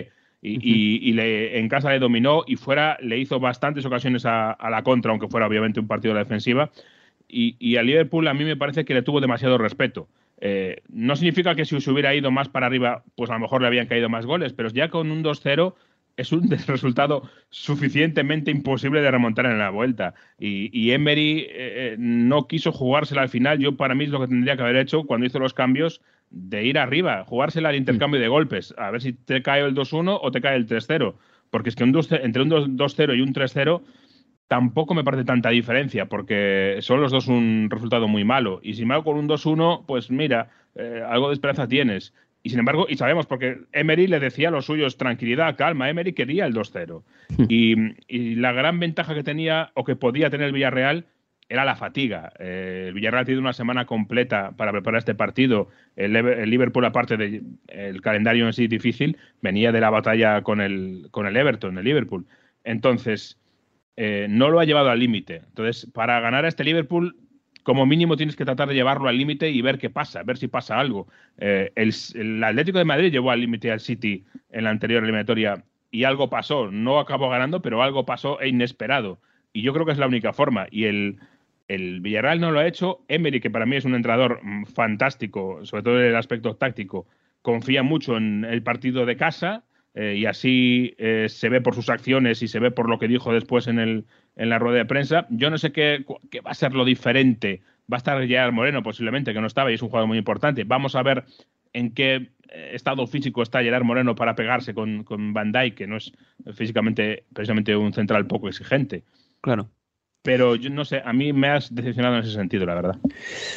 Y, uh-huh. y, y le, en casa le dominó y fuera le hizo bastantes ocasiones a, a la contra, aunque fuera obviamente un partido de la defensiva. Y, y al Liverpool a mí me parece que le tuvo demasiado respeto. Eh, no significa que si se hubiera ido más para arriba, pues a lo mejor le habían caído más goles, pero ya con un dos cero es un resultado suficientemente imposible de remontar en la vuelta. Y, y Emery eh, no quiso jugársela al final. Yo, para mí, es lo que tendría que haber hecho cuando hizo los cambios, de ir arriba, jugársela al intercambio de golpes, a ver si te cae el dos uno o te cae el tres cero. Porque es que un dos, entre un dos cero y un tres cero tampoco me parece tanta diferencia, porque son los dos un resultado muy malo. Y sin embargo, con un dos uno, pues mira, eh, algo de esperanza tienes. Y sin embargo, y sabemos, porque Emery le decía a los suyos, tranquilidad, calma, Emery quería el dos cero. Y, y la gran ventaja que tenía, o que podía tener el Villarreal, era la fatiga. Eh, el Villarreal ha tenido una semana completa para preparar este partido. El, el Liverpool, aparte del calendario en sí difícil, venía de la batalla con el, con el Everton, el Liverpool. Entonces, eh, no lo ha llevado al límite. Entonces, para ganar a este Liverpool, como mínimo tienes que tratar de llevarlo al límite y ver qué pasa, ver si pasa algo. Eh, el, el Atlético de Madrid llevó al límite al City en la anterior eliminatoria y algo pasó. No acabó ganando, pero algo pasó e inesperado. Y yo creo que es la única forma. Y el, el Villarreal no lo ha hecho. Emery, que para mí es un entrenador fantástico, sobre todo en el aspecto táctico, confía mucho en el partido de casa eh, y así eh, se ve por sus acciones y se ve por lo que dijo después en, el, en la rueda de prensa. Yo no sé qué, qué va a ser lo diferente. Va a estar Gerard Moreno posiblemente, que no estaba y es un jugador muy importante. Vamos a ver en qué estado físico está Gerard Moreno para pegarse con, con Van Dijk, que no es físicamente precisamente un central poco exigente. Claro. Pero yo no sé, a mí me has decepcionado en ese sentido, la verdad.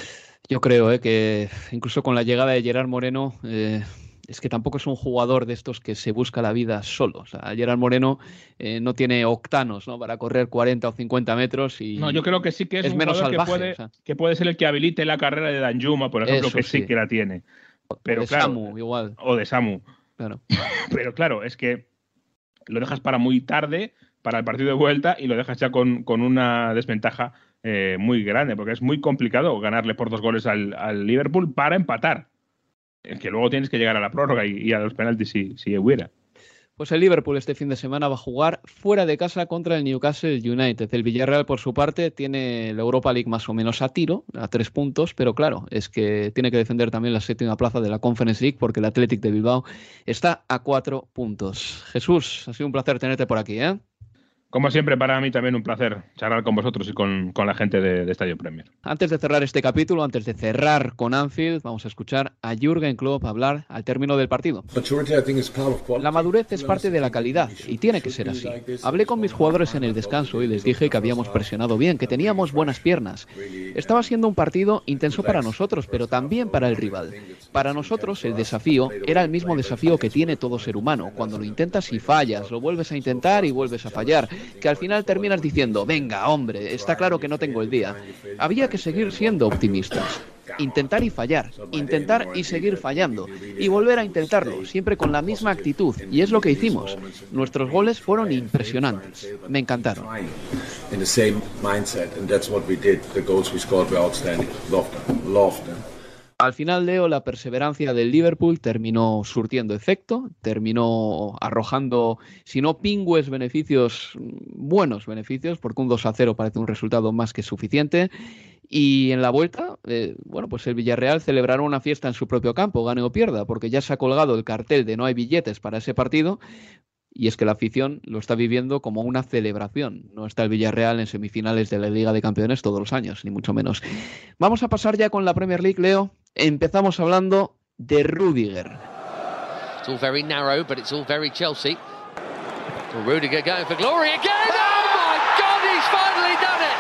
Yo creo eh, que incluso con la llegada de Gerard Moreno, eh, es que tampoco es un jugador de estos que se busca la vida solo. O sea, Gerard Moreno eh, no tiene octanos, ¿no?, para correr cuarenta o cincuenta metros. Y no, yo creo que sí que es, es un menos jugador salvaje, que, puede, o sea. que puede ser el que habilite la carrera de Danjuma, por ejemplo, Eso que sí, sí que la tiene. Pero o de claro, Samu, igual. O de Samu. Claro. Pero claro, es que lo dejas para muy tarde, para el partido de vuelta, y lo dejas ya con, con una desventaja eh, muy grande, porque es muy complicado ganarle por dos goles al, al Liverpool para empatar. Es que luego tienes que llegar a la prórroga y, y a los penaltis si, si hubiera. Pues el Liverpool este fin de semana va a jugar fuera de casa contra el Newcastle United. El Villarreal, por su parte, tiene la Europa League más o menos a tiro, a tres puntos, pero claro, es que tiene que defender también la séptima plaza de la Conference League porque el Athletic de Bilbao está a cuatro puntos. Jesús, ha sido un placer tenerte por aquí, ¿eh? Como siempre, para mí también un placer charlar con vosotros y con, con la gente de, de Estadio Premier. Antes de cerrar este capítulo, antes de cerrar con Anfield, vamos a escuchar a Jürgen Klopp hablar al término del partido. La madurez es parte de la calidad y tiene que ser así. Hablé con mis jugadores en el descanso y les dije que habíamos presionado bien, que teníamos buenas piernas. Estaba siendo un partido intenso para nosotros, pero también para el rival. Para nosotros el desafío era el mismo desafío que tiene todo ser humano. Cuando lo intentas y fallas, lo vuelves a intentar y vuelves a fallar, que al final terminas diciendo, venga, hombre, está claro que no tengo el día. Había que seguir siendo optimistas. Intentar y fallar, intentar y seguir fallando, y volver a intentarlo, siempre con la misma actitud, y es lo que hicimos. Nuestros goles fueron impresionantes, me encantaron. Al final, Leo, la perseverancia del Liverpool terminó surtiendo efecto, terminó arrojando, si no pingües beneficios, buenos beneficios, porque un dos a cero parece un resultado más que suficiente. Y en la vuelta, eh, bueno, pues el Villarreal celebrará una fiesta en su propio campo, gane o pierda, porque ya se ha colgado el cartel de no hay billetes para ese partido. Y es que la afición lo está viviendo como una celebración. No está el Villarreal en semifinales de la Liga de Campeones todos los años, ni mucho menos. Vamos a pasar ya con la Premier League, Leo. Empezamos hablando de Rudiger. It's all very narrow, but it's all very Chelsea. So Rudiger going for glory again. Oh my God, he's finally done it.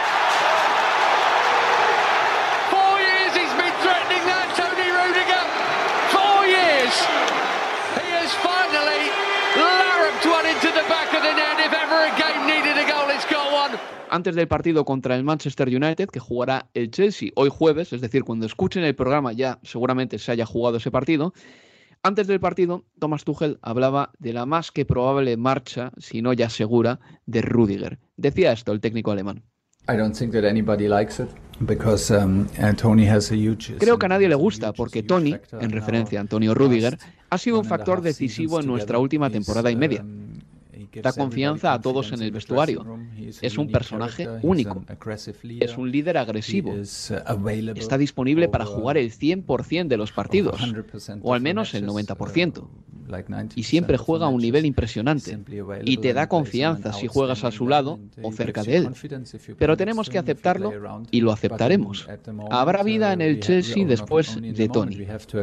Four years he's been threatening that, Tony Rudiger. Four years. He has finally larruped one into the back of the net. If ever a game needed a goal, it's got one. Antes del partido contra el Manchester United, que jugará el Chelsea hoy jueves, es decir, cuando escuchen el programa ya seguramente se haya jugado ese partido. Antes del partido, Thomas Tuchel hablaba de la más que probable marcha, si no ya segura, de Rudiger. Decía esto el técnico alemán. Because, um, Tony has a huge... Creo que a nadie le gusta porque Tony, en referencia a Antonio Rudiger, Ha sido un factor decisivo en nuestra última temporada y media. Da confianza a todos en el vestuario. Es un personaje único. Es un líder agresivo. Está disponible para jugar el cien por ciento de los partidos, o al menos el noventa por ciento. Y siempre juega a un nivel impresionante. Y te da confianza si juegas a su lado o cerca de él. Pero tenemos que aceptarlo y lo aceptaremos. Habrá vida en el Chelsea después de Tony.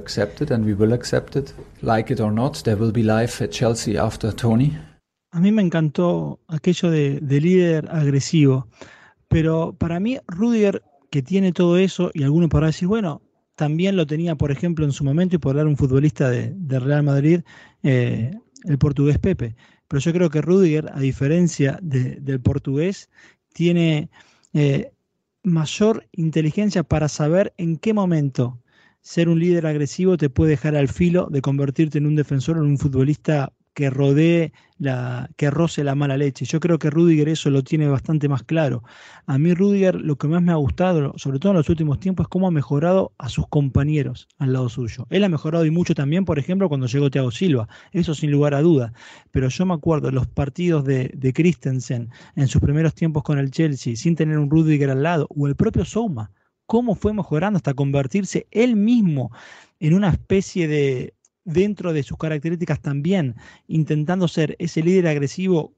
A mí me encantó aquello de, de líder agresivo, pero para mí Rudiger, que tiene todo eso, y algunos podrán decir, bueno, también lo tenía, por ejemplo, en su momento, y por dar un futbolista de, de Real Madrid, eh, el portugués Pepe. Pero yo creo que Rudiger, a diferencia de, del portugués, tiene eh, mayor inteligencia para saber en qué momento ser un líder agresivo te puede dejar al filo de convertirte en un defensor o en un futbolista que rodee, la, que roce la mala leche. Yo creo que Rudiger eso lo tiene bastante más claro. A mí Rudiger lo que más me ha gustado, sobre todo en los últimos tiempos, es cómo ha mejorado a sus compañeros al lado suyo. Él ha mejorado y mucho también, por ejemplo, cuando llegó Thiago Silva. Eso sin lugar a duda. Pero yo me acuerdo de los partidos de, de Christensen en sus primeros tiempos con el Chelsea, sin tener un Rudiger al lado, o el propio Zouma, cómo fue mejorando hasta convertirse él mismo en una especie de, dentro de sus características también, intentando ser ese líder agresivo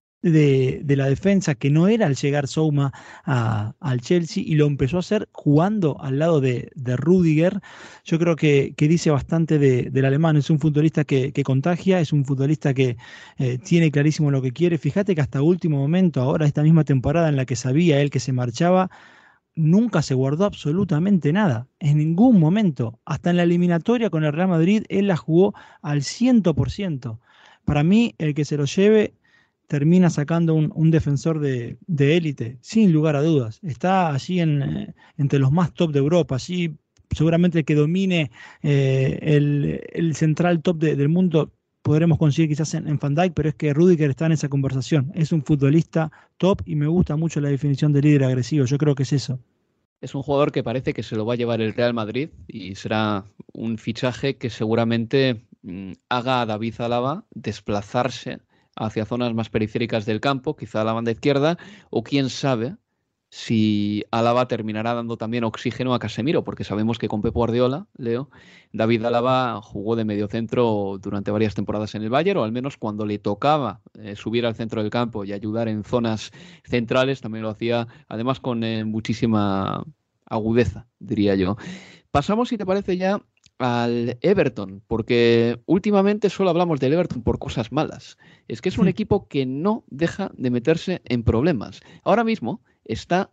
de, de la defensa, que no era al llegar Zouma a, al Chelsea, y lo empezó a hacer jugando al lado de, de Rudiger. Yo creo que, que dice bastante de, del alemán. Es un futbolista que, que contagia, es un futbolista que eh, tiene clarísimo lo que quiere. Fíjate que hasta último momento, ahora esta misma temporada en la que sabía él que se marchaba, nunca se guardó absolutamente nada, en ningún momento. Hasta en la eliminatoria con el Real Madrid, él la jugó al cien por ciento. Para mí, el que se lo lleve termina sacando un, un defensor de, de élite, sin lugar a dudas. Está allí en, eh, entre los más top de Europa, allí seguramente el que domine eh, el, el central top de, del mundo. Podremos conseguir quizás en, en Van Dijk, pero es que Rudiger está en esa conversación. Es un futbolista top y me gusta mucho la definición de líder agresivo. Yo creo que es eso. Es un jugador que parece que se lo va a llevar el Real Madrid y será un fichaje que seguramente mmm, haga a David Alaba desplazarse hacia zonas más periféricas del campo, quizá a la banda izquierda, o quién sabe si Alaba terminará dando también oxígeno a Casemiro, porque sabemos que con Pep Guardiola, Leo, David Alaba jugó de mediocentro durante varias temporadas en el Bayern, o al menos cuando le tocaba eh, subir al centro del campo y ayudar en zonas centrales, también lo hacía, además con eh, muchísima agudeza, diría yo. Pasamos, si te parece, ya al Everton, porque últimamente solo hablamos del Everton por cosas malas. Es que es un equipo que no deja de meterse en problemas. Ahora mismo está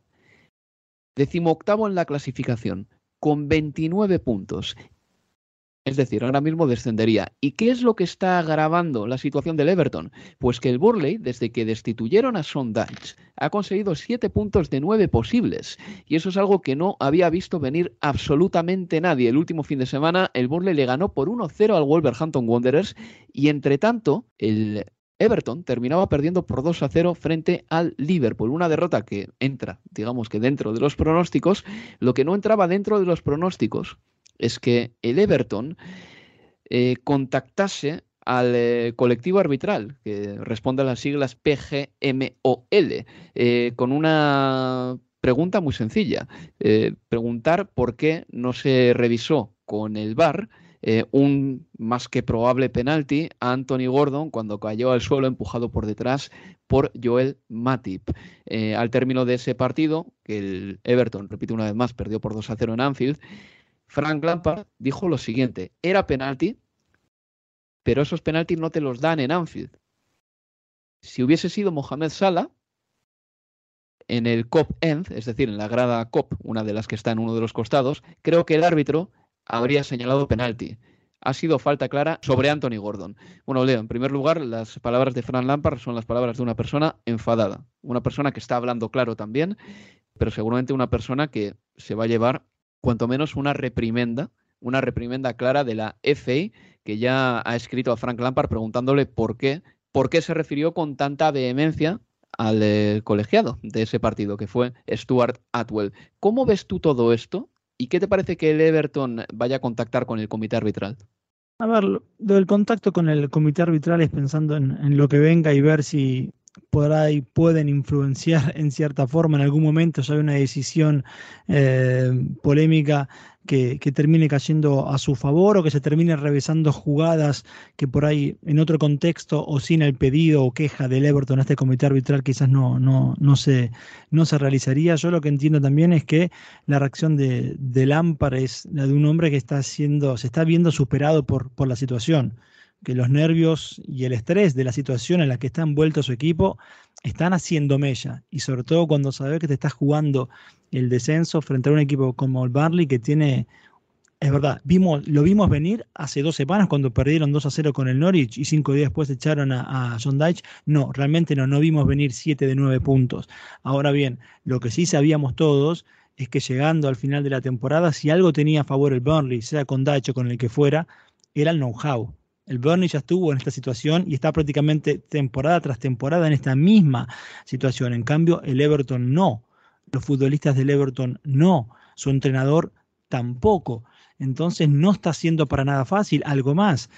decimoctavo en la clasificación, con veintinueve puntos. Es decir, ahora mismo descendería. ¿Y qué es lo que está agravando la situación del Everton? Pues que el Burnley, desde que destituyeron a Sean Dyche, ha conseguido siete puntos de nueve posibles. Y eso es algo que no había visto venir absolutamente nadie. El último fin de semana, el Burnley le ganó por uno cero al Wolverhampton Wanderers. Y entre tanto, el Everton terminaba perdiendo por dos a cero frente al Liverpool. Una derrota que entra, digamos que dentro de los pronósticos. Lo que no entraba dentro de los pronósticos es que el Everton eh, contactase al eh, colectivo arbitral, que responde a las siglas P G M O L, eh, con una pregunta muy sencilla. Eh, preguntar por qué no se revisó con el V A R eh, un más que probable penalti a Anthony Gordon cuando cayó al suelo empujado por detrás por Joel Matip. Eh, al término de ese partido, que el Everton, repito una vez más, perdió por dos a cero en Anfield, Frank Lampard dijo lo siguiente: era penalti, pero esos penaltis no te los dan en Anfield. Si hubiese sido Mohamed Salah, en el Kop End, es decir, en la grada Kop, una de las que está en uno de los costados, creo que el árbitro habría señalado penalti. Ha sido falta clara sobre Anthony Gordon. Bueno, Leo, en primer lugar, las palabras de Frank Lampard son las palabras de una persona enfadada. Una persona que está hablando claro también, pero seguramente una persona que se va a llevar cuanto menos una reprimenda, una reprimenda clara de la F A, que ya ha escrito a Frank Lampard preguntándole por qué, por qué se refirió con tanta vehemencia al eh, colegiado de ese partido, que fue Stuart Atwell. ¿Cómo ves tú todo esto? ¿Y qué te parece que el Everton vaya a contactar con el comité arbitral? A ver, lo del contacto con el comité arbitral es pensando en, en lo que venga y ver si por ahí pueden influenciar en cierta forma. En algún momento ya hay una decisión eh, polémica que, que termine cayendo a su favor o que se termine revisando jugadas que por ahí en otro contexto o sin el pedido o queja del Everton a este comité arbitral quizás no, no, no, se, no se realizaría. Yo lo que entiendo también es que la reacción de, de Lampard es la de un hombre que está siendo, se está viendo superado por, por la situación, que los nervios y el estrés de la situación en la que está envuelto su equipo están haciendo mella, y sobre todo cuando sabes que te estás jugando el descenso frente a un equipo como el Burnley que tiene, es verdad, vimos, lo vimos venir hace dos semanas cuando perdieron dos a cero con el Norwich y cinco días después echaron a, a John Dyche. No, realmente no, no vimos venir siete de nueve puntos. Ahora bien, lo que sí sabíamos todos es que llegando al final de la temporada, si algo tenía a favor el Burnley, sea con Dyche o con el que fuera, era el know-how. El Burnley ya estuvo en esta situación y está prácticamente temporada tras temporada en esta misma situación. En cambio, el Everton no. Los futbolistas del Everton no. Su entrenador tampoco. Entonces no está siendo para nada fácil. Algo más.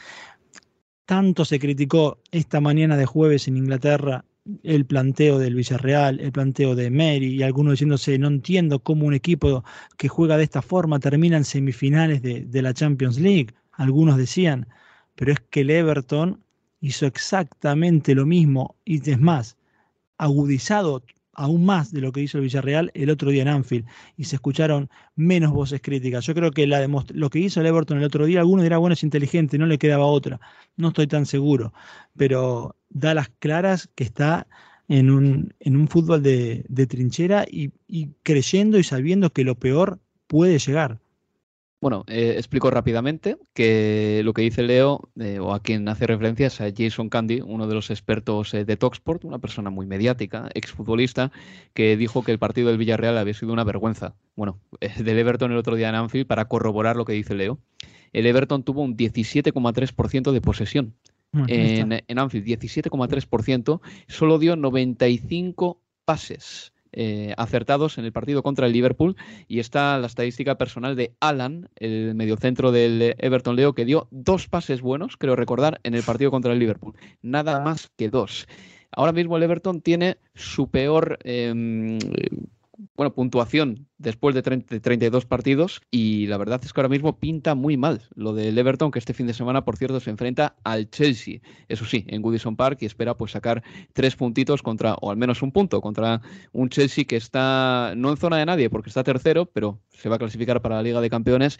Tanto se criticó esta mañana de jueves en Inglaterra el planteo del Villarreal, el planteo de Mary, y algunos diciéndose, no entiendo cómo un equipo que juega de esta forma termina en semifinales de, de la Champions League. Algunos decían, pero es que el Everton hizo exactamente lo mismo, y es más, agudizado aún más de lo que hizo el Villarreal el otro día en Anfield, y se escucharon menos voces críticas. Yo creo que la lo que hizo el Everton el otro día, algunos dirán, bueno, es inteligente, no le quedaba otra, no estoy tan seguro, pero da las claras que está en un, en un fútbol de, de trinchera y, y creyendo y sabiendo que lo peor puede llegar. Bueno, eh, explico rápidamente que lo que dice Leo, eh, o a quien hace referencia, es a Jason Cundy, uno de los expertos eh, de Talksport, una persona muy mediática, exfutbolista, que dijo que el partido del Villarreal había sido una vergüenza. Bueno, eh, del Everton el otro día en Anfield, para corroborar lo que dice Leo. El Everton tuvo un diecisiete coma tres por ciento de posesión. Bueno, en, en Anfield, diecisiete coma tres por ciento, solo dio noventa y cinco pases. Eh, acertados en el partido contra el Liverpool, y está la estadística personal de Alan, el mediocentro del Everton, Leo, que dio dos pases buenos, creo recordar, en el partido contra el Liverpool, nada más que dos. Ahora mismo el Everton tiene su peor eh, bueno, puntuación después de treinta, treinta y dos partidos, y la verdad es que ahora mismo pinta muy mal lo del Everton, que este fin de semana, por cierto, se enfrenta al Chelsea, eso sí, en Goodison Park, y espera pues sacar tres puntitos contra, o al menos un punto, contra un Chelsea que está no en zona de nadie porque está tercero, pero se va a clasificar para la Liga de Campeones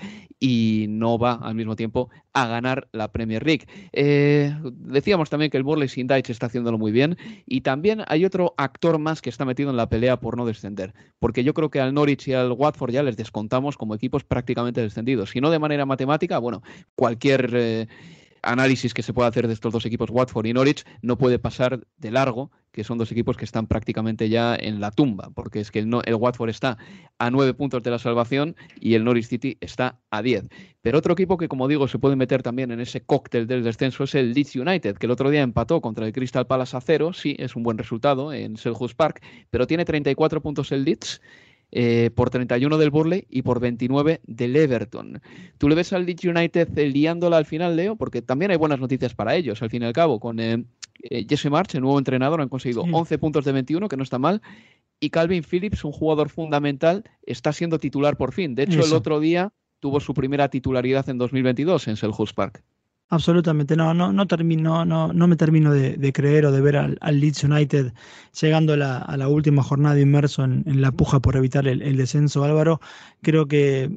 y no va al mismo tiempo a ganar la Premier League. Eh, decíamos también que el Burnley sin Dyche está haciéndolo muy bien, y también hay otro actor más que está metido en la pelea por no descender, porque yo creo que al Norwich y al Watford ya les descontamos como equipos prácticamente descendidos, si no de manera matemática, bueno, cualquier eh, análisis que se pueda hacer de estos dos equipos, Watford y Norwich, no puede pasar de largo que son dos equipos que están prácticamente ya en la tumba, porque es que el, no, el Watford está a nueve puntos de la salvación y el Norwich City está a diez. Pero otro equipo que, como digo, se puede meter también en ese cóctel del descenso es el Leeds United, que el otro día empató contra el Crystal Palace a cero, sí, es un buen resultado en Selhurst Park, pero tiene treinta y cuatro puntos el Leeds, Eh, por treinta y uno del Burnley y por veintinueve del Everton. ¿Tú le ves al Leeds United eh, liándola al final, Leo? Porque también hay buenas noticias para ellos, al fin y al cabo. Con eh, eh, Jesse Marsch, el nuevo entrenador, han conseguido sí. once puntos de veintiuno, que no está mal, y Calvin Phillips, un jugador fundamental, está siendo titular por fin. De hecho, Eso. el otro día tuvo su primera titularidad en dos mil veintidós en Selhurst Park. Absolutamente, no, no, no termino, no, no me termino de, de creer o de ver al, al Leeds United llegando a la, a la última jornada inmerso en, en la puja por evitar el, el descenso, Álvaro. Creo que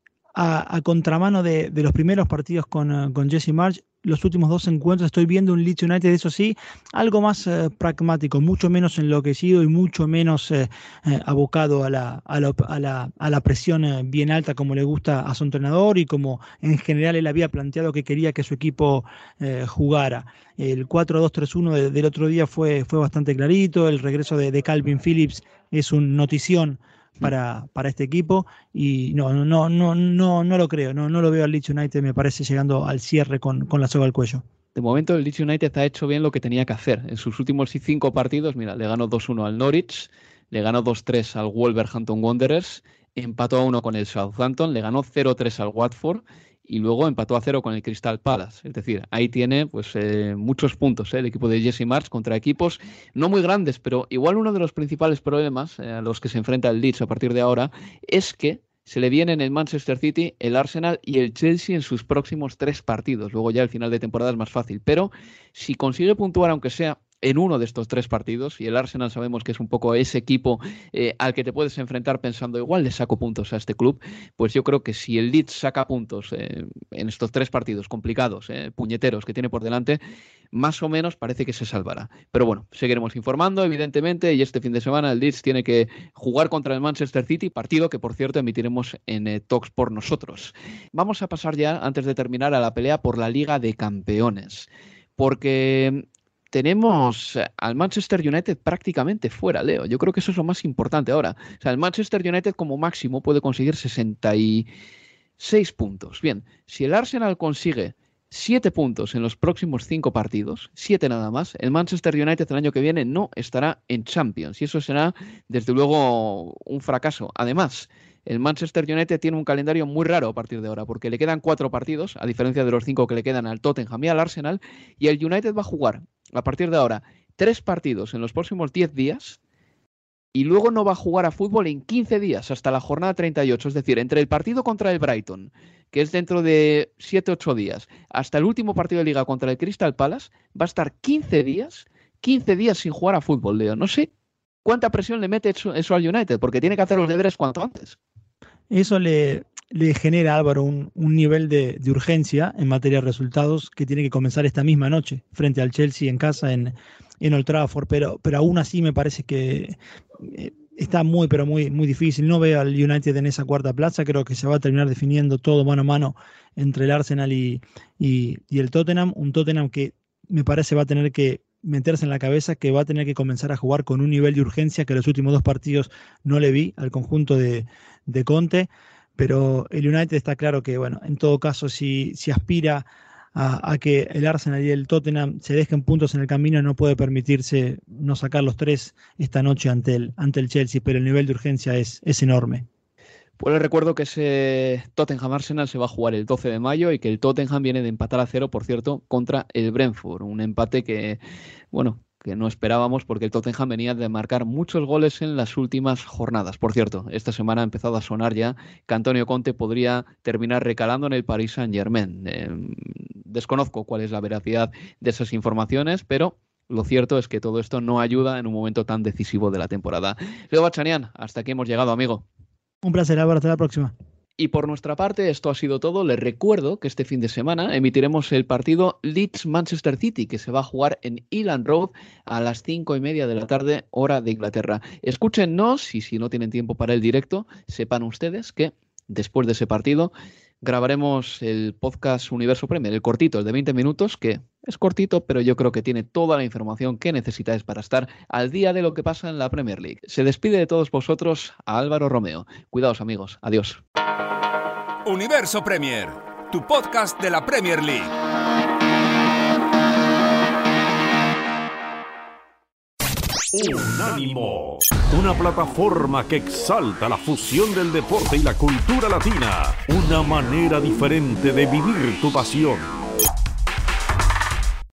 a, a contramano de, de los primeros partidos con, uh, con Jesse Marsch, los últimos dos encuentros estoy viendo un Leeds United, eso sí, algo más eh, pragmático, mucho menos enloquecido y mucho menos eh, eh, abocado a la, a, la, a, la, a la presión eh, bien alta como le gusta a su entrenador y como en general él había planteado que quería que su equipo eh, jugara. El cuatro dos tres uno de, del otro día fue, fue bastante clarito, el regreso de, de Calvin Phillips es un notición para, para este equipo, y no, no, no, no, no lo creo, no, no lo veo al Leeds United, me parece, llegando al cierre con, con la soga al cuello. De momento el Leeds United ha hecho bien lo que tenía que hacer. En sus últimos cinco partidos, mira, le ganó dos uno al Norwich, le ganó dos tres al Wolverhampton Wanderers, empató a uno con el Southampton, le ganó cero tres al Watford y luego empató a cero con el Crystal Palace. Es decir, ahí tiene pues eh, muchos puntos eh, el equipo de Jesse Marsch contra equipos no muy grandes, pero igual uno de los principales problemas eh, a los que se enfrenta el Leeds a partir de ahora es que se le vienen el Manchester City, el Arsenal y el Chelsea en sus próximos tres partidos. Luego ya el final de temporada es más fácil, pero si consigue puntuar aunque sea en uno de estos tres partidos, y el Arsenal sabemos que es un poco ese equipo eh, al que te puedes enfrentar pensando igual le saco puntos a este club, pues yo creo que si el Leeds saca puntos eh, en estos tres partidos complicados, eh, puñeteros que tiene por delante, más o menos parece que se salvará. Pero bueno, seguiremos informando evidentemente, y este fin de semana el Leeds tiene que jugar contra el Manchester City, partido que por cierto emitiremos en eh, Talks por nosotros. Vamos a pasar ya, antes de terminar, a la pelea por la Liga de Campeones, porque tenemos al Manchester United prácticamente fuera, Leo. Yo creo que eso es lo más importante ahora. O sea, el Manchester United como máximo puede conseguir sesenta y seis puntos. Bien, si el Arsenal consigue siete puntos en los próximos cinco partidos, siete nada más, el Manchester United el año que viene no estará en Champions. Y eso será, desde luego, un fracaso. Además, el Manchester United tiene un calendario muy raro a partir de ahora, porque le quedan cuatro partidos, a diferencia de los cinco que le quedan al Tottenham y al Arsenal, y el United va a jugar, a partir de ahora, tres partidos en los próximos diez días, y luego no va a jugar a fútbol en quince días, hasta la jornada treinta y ocho, es decir, entre el partido contra el Brighton, que es dentro de siete ocho días, hasta el último partido de Liga contra el Crystal Palace, va a estar quince días, quince días sin jugar a fútbol, Leo. No sé cuánta presión le mete eso, eso al United, porque tiene que hacer los deberes cuanto antes. Eso le, le genera a Álvaro un, un nivel de, de urgencia en materia de resultados que tiene que comenzar esta misma noche frente al Chelsea en casa en, en Old Trafford, pero, pero aún así me parece que eh, está muy pero muy, muy difícil. No veo al United en esa cuarta plaza, creo que se va a terminar definiendo todo mano a mano entre el Arsenal y, y, y el Tottenham, un Tottenham que me parece va a tener que meterse en la cabeza que va a tener que comenzar a jugar con un nivel de urgencia que los últimos dos partidos no le vi al conjunto de, de Conte, pero el United está claro que, bueno, en todo caso, si, si aspira a, a que el Arsenal y el Tottenham se dejen puntos en el camino, no puede permitirse no sacar los tres esta noche ante el, ante el Chelsea, pero el nivel de urgencia es, es enorme. Pues les recuerdo que ese Tottenham-Arsenal se va a jugar el doce de mayo y que el Tottenham viene de empatar a cero, por cierto, contra el Brentford. Un empate que, bueno, que no esperábamos porque el Tottenham venía de marcar muchos goles en las últimas jornadas. Por cierto, esta semana ha empezado a sonar ya que Antonio Conte podría terminar recalando en el Paris Saint-Germain. Eh, desconozco cuál es la veracidad de esas informaciones, pero lo cierto es que todo esto no ayuda en un momento tan decisivo de la temporada. Leo Bachanian, hasta aquí hemos llegado, amigo. Un placer, Álvaro, hasta la próxima. Y por nuestra parte, esto ha sido todo. Les recuerdo que este fin de semana emitiremos el partido Leeds-Manchester City, que se va a jugar en Elland Road a las cinco y media de la tarde, hora de Inglaterra. Escúchennos y si no tienen tiempo para el directo, sepan ustedes que después de ese partido grabaremos el podcast Universo Premier, el cortito, el de veinte minutos, que es cortito, pero yo creo que tiene toda la información que necesitáis para estar al día de lo que pasa en la Premier League. Se despide de todos vosotros a Álvaro Romeo. Cuidaos, amigos. Adiós. Universo Premier, tu podcast de la Premier League. Unánimo, una plataforma que exalta la fusión del deporte y la cultura latina, una manera diferente de vivir tu pasión.